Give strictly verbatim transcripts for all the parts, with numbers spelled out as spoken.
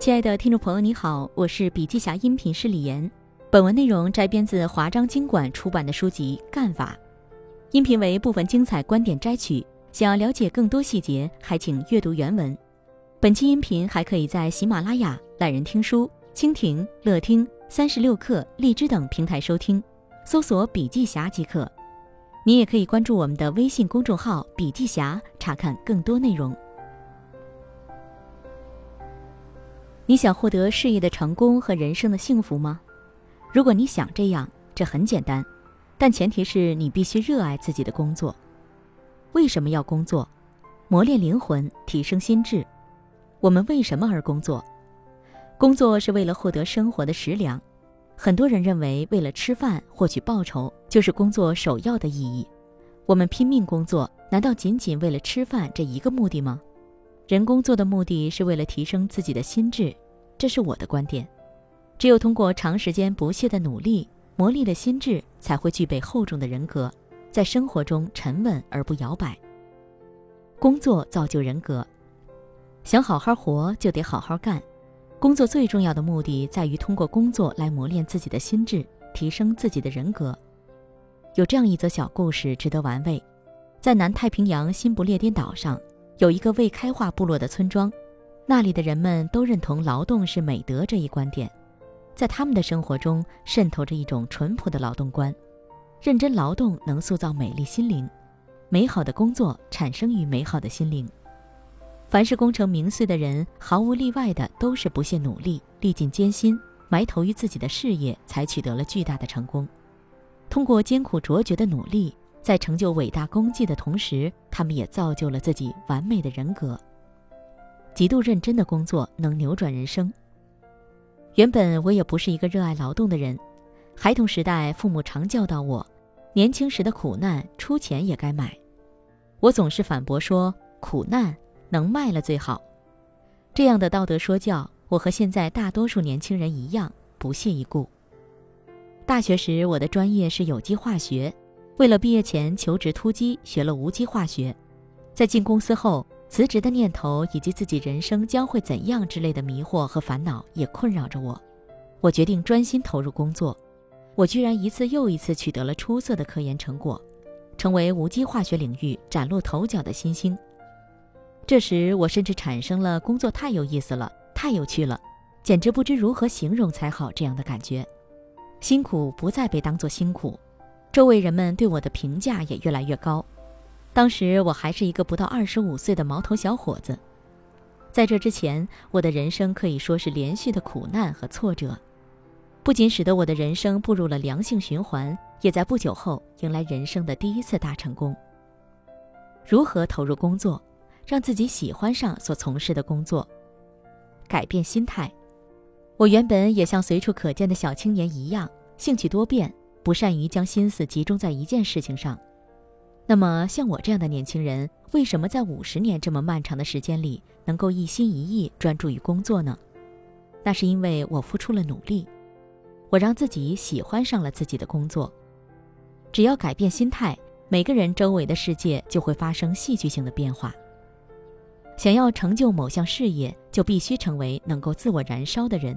亲爱的听众朋友你好，我是笔记侠音频师李岩。本文内容摘编自华章经管出版的书籍《干法》，音频为部分精彩观点摘取，想要了解更多细节还请阅读原文。本期音频还可以在喜马拉雅、懒人听书、蜻蜓、乐听、三十六课、荔枝等平台收听，搜索笔记侠即可。你也可以关注我们的微信公众号笔记侠，查看更多内容。你想获得事业的成功和人生的幸福吗？如果你想这样，这很简单，但前提是你必须热爱自己的工作。为什么要工作？磨练灵魂，提升心智。我们为什么而工作？工作是为了获得生活的食粮。很多人认为为了吃饭获取报酬就是工作首要的意义。我们拼命工作，难道仅仅为了吃饭这一个目的吗？人工作的目的是为了提升自己的心智，这是我的观点。只有通过长时间不懈的努力，磨砺了心智，才会具备厚重的人格，在生活中沉稳而不摇摆。工作造就人格，想好好活就得好好干。工作最重要的目的在于通过工作来磨练自己的心智，提升自己的人格。有这样一则小故事值得玩味。在南太平洋新不列颠岛上，有一个未开化部落的村庄，那里的人们都认同劳动是美德这一观点，在他们的生活中渗透着一种淳朴的劳动观。认真劳动能塑造美丽心灵，美好的工作产生于美好的心灵。凡是功成名遂的人，毫无例外的都是不懈努力，历尽艰辛，埋头于自己的事业，才取得了巨大的成功。通过艰苦卓绝的努力，在成就伟大功绩的同时，他们也造就了自己完美的人格。极度认真的工作能扭转人生。原本我也不是一个热爱劳动的人，孩童时代父母常教导我，年轻时的苦难出钱也该买。我总是反驳说，苦难能卖了最好。这样的道德说教，我和现在大多数年轻人一样，不屑一顾。大学时我的专业是有机化学，为了毕业前求职突击，学了无机化学。在进公司后，辞职的念头以及自己人生将会怎样之类的迷惑和烦恼也困扰着我。我决定专心投入工作。我居然一次又一次取得了出色的科研成果，成为无机化学领域崭露头角的新星。这时我甚至产生了工作太有意思了，太有趣了，简直不知如何形容才好这样的感觉。辛苦不再被当作辛苦，周围人们对我的评价也越来越高。当时我还是一个不到二十五岁的毛头小伙子。在这之前，我的人生可以说是连续的苦难和挫折，不仅使得我的人生步入了良性循环，也在不久后迎来人生的第一次大成功。如何投入工作，让自己喜欢上所从事的工作？改变心态。我原本也像随处可见的小青年一样，兴趣多变，不善于将心思集中在一件事情上。那么像我这样的年轻人，为什么在五十年这么漫长的时间里能够一心一意专注于工作呢？那是因为我付出了努力，我让自己喜欢上了自己的工作。只要改变心态，每个人周围的世界就会发生戏剧性的变化。想要成就某项事业，就必须成为能够自我燃烧的人。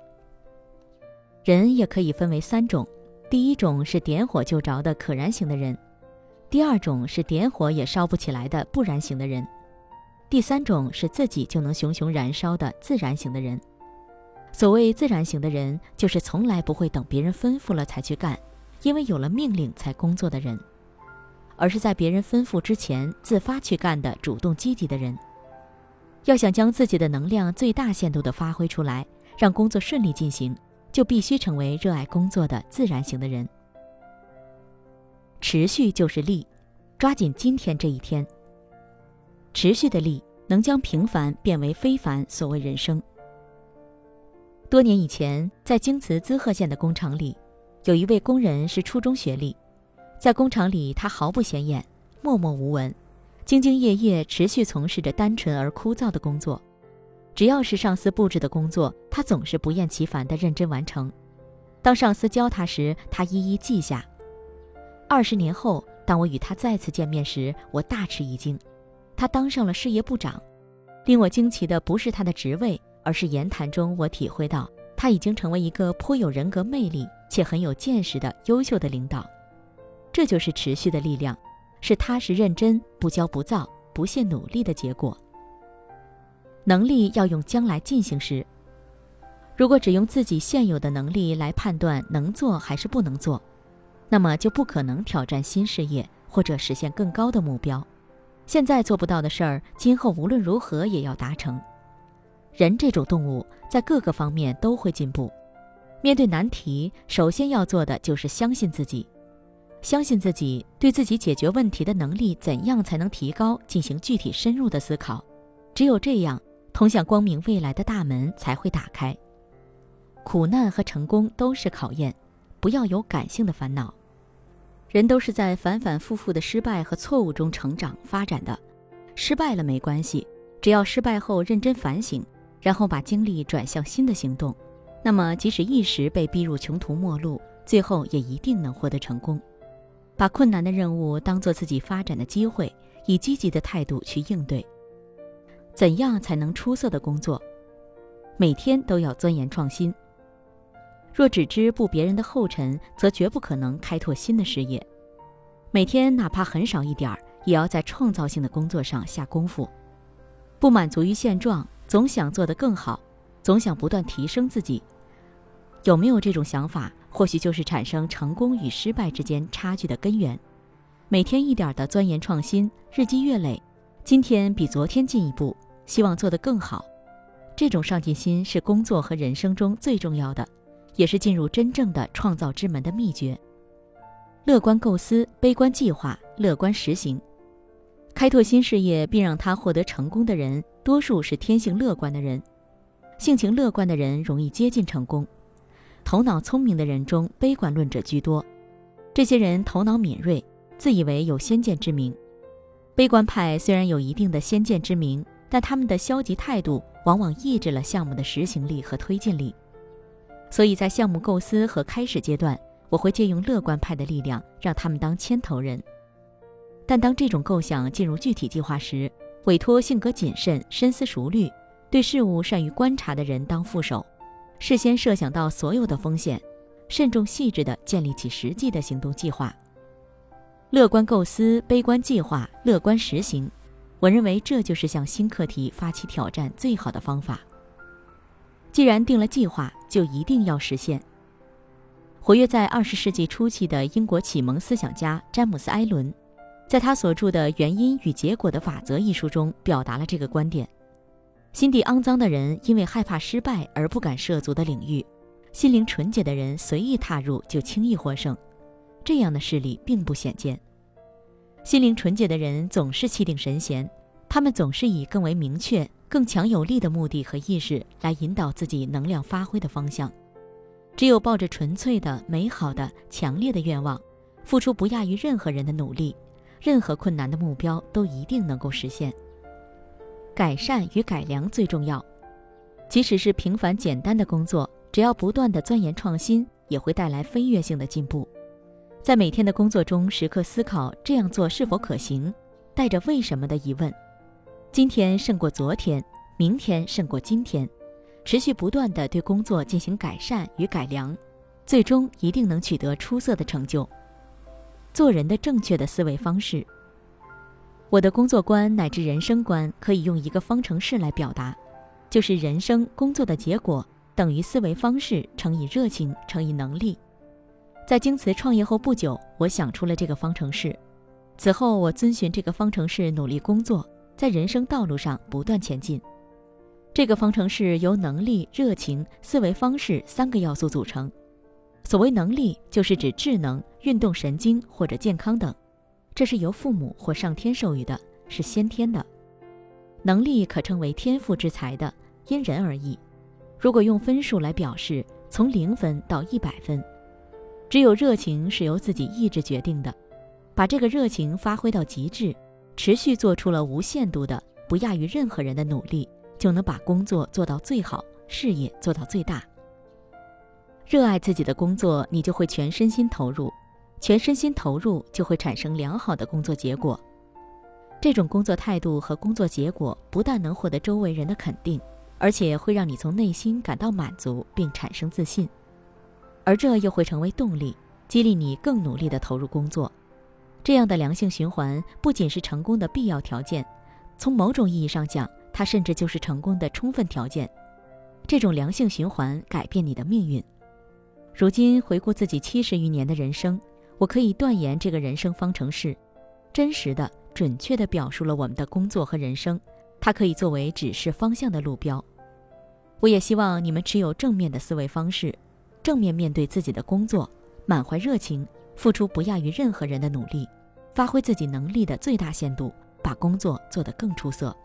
人也可以分为三种，第一种是点火就着的可燃型的人，第二种是点火也烧不起来的不燃型的人，第三种是自己就能熊熊燃烧的自燃型的人。所谓自燃型的人，就是从来不会等别人吩咐了才去干，因为有了命令才工作的人，而是在别人吩咐之前自发去干的主动积极的人。要想将自己的能量最大限度地发挥出来，让工作顺利进行，就必须成为热爱工作的自然型的人。持续就是力，抓紧今天这一天。持续的力能将平凡变为非凡，所谓人生。多年以前，在京瓷滋贺县的工厂里，有一位工人是初中学历。在工厂里，他毫不显眼，默默无闻，兢兢业业，持续从事着单纯而枯燥的工作。只要是上司布置的工作，他总是不厌其烦地认真完成。当上司教他时，他一一记下。二十年后，当我与他再次见面时，我大吃一惊，他当上了事业部长。令我惊奇的不是他的职位， 而是言谈中我体会到他已经成为一个颇有人格魅力且很有见识的优秀的领导。这就是持续的力量，是踏实认真、不骄不躁、不懈努力的结果。能力要用将来进行时，如果只用自己现有的能力来判断能做还是不能做，那么就不可能挑战新事业或者实现更高的目标。现在做不到的事儿，今后无论如何也要达成。人这种动物在各个方面都会进步，面对难题，首先要做的就是相信自己，相信自己对自己解决问题的能力怎样才能提高，进行具体深入的思考。只有这样，通向光明未来的大门才会打开。苦难和成功都是考验，不要有感性的烦恼。人都是在反反复复的失败和错误中成长发展的，失败了没关系，只要失败后认真反省，然后把精力转向新的行动，那么即使一时被逼入穷途末路，最后也一定能获得成功。把困难的任务当作自己发展的机会，以积极的态度去应对。怎样才能出色的工作？每天都要钻研创新。若只知步别人的后尘，则绝不可能开拓新的事业。每天哪怕很少一点儿，也要在创造性的工作上下功夫。不满足于现状，总想做得更好，总想不断提升自己。有没有这种想法，或许就是产生成功与失败之间差距的根源。每天一点的钻研创新，日积月累，今天比昨天进一步，希望做得更好。这种上进心是工作和人生中最重要的，也是进入真正的创造之门的秘诀。乐观构思，悲观计划，乐观实行。开拓新事业并让他获得成功的人，多数是天性乐观的人。性情乐观的人容易接近成功，头脑聪明的人中悲观论者居多。这些人头脑敏锐，自以为有先见之明。悲观派虽然有一定的先见之明，但他们的消极态度往往抑制了项目的实行力和推进力。所以在项目构思和开始阶段，我会借用乐观派的力量，让他们当牵头人。但当这种构想进入具体计划时，委托性格谨慎、深思熟虑、对事物善于观察的人当副手，事先设想到所有的风险，慎重细致地建立起实际的行动计划。乐观构思，悲观计划，乐观实行，我认为这就是向新课题发起挑战最好的方法。既然定了计划，就一定要实现。活跃在二十世纪初期的英国启蒙思想家詹姆斯·埃伦，在他所著的《原因与结果的法则》一书中表达了这个观点。心地肮脏的人因为害怕失败而不敢涉足的领域，心灵纯洁的人随意踏入就轻易获胜，这样的事例并不鲜见。心灵纯洁的人总是气定神闲，他们总是以更为明确、更强有力的目的和意识来引导自己能量发挥的方向。只有抱着纯粹的、美好的、强烈的愿望，付出不亚于任何人的努力，任何困难的目标都一定能够实现。改善与改良最重要，即使是平凡简单的工作，只要不断地钻研创新，也会带来飞跃性的进步。在每天的工作中时刻思考这样做是否可行，带着为什么的疑问。今天胜过昨天，明天胜过今天，持续不断地对工作进行改善与改良，最终一定能取得出色的成就。做人的正确的思维方式，我的工作观乃至人生观可以用一个方程式来表达，就是人生工作的结果等于思维方式乘以热情乘以能力。在京瓷创业后不久，我想出了这个方程式。此后我遵循这个方程式努力工作，在人生道路上不断前进。这个方程式由能力、热情、思维方式三个要素组成。所谓能力，就是指智能、运动神经或者健康等，这是由父母或上天授予的，是先天的。能力可称为天赋之才的，因人而异。如果用分数来表示，从零分到一百分。只有热情是由自己意志决定的，把这个热情发挥到极致，持续做出了无限度的、不亚于任何人的努力，就能把工作做到最好，事业做到最大。热爱自己的工作，你就会全身心投入，全身心投入就会产生良好的工作结果。这种工作态度和工作结果不但能获得周围人的肯定， 而且会让你从内心感到满足并产生自信，而这又会成为动力，激励你更努力地投入工作。这样的良性循环不仅是成功的必要条件，从某种意义上讲，它甚至就是成功的充分条件。这种良性循环改变你的命运。如今回顾自己七十余年的人生，我可以断言这个人生方程式真实的、准确地表述了我们的工作和人生，它可以作为指示方向的路标。我也希望你们持有正面的思维方式，正面面对自己的工作，满怀热情，付出不亚于任何人的努力，发挥自己能力的最大限度，把工作做得更出色。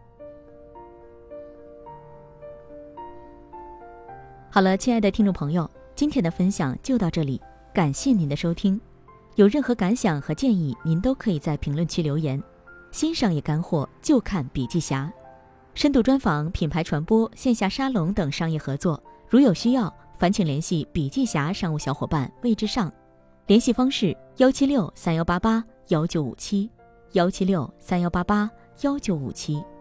好了，亲爱的听众朋友，今天的分享就到这里，感谢您的收听。有任何感想和建议，您都可以在评论区留言。新商业干货就看笔记侠，深度专访、品牌传播、线下沙龙等商业合作，如有需要，烦请联系笔记侠商务小伙伴魏之上，联系方式幺七六三幺八八幺九五七幺七六三幺八八幺九五七。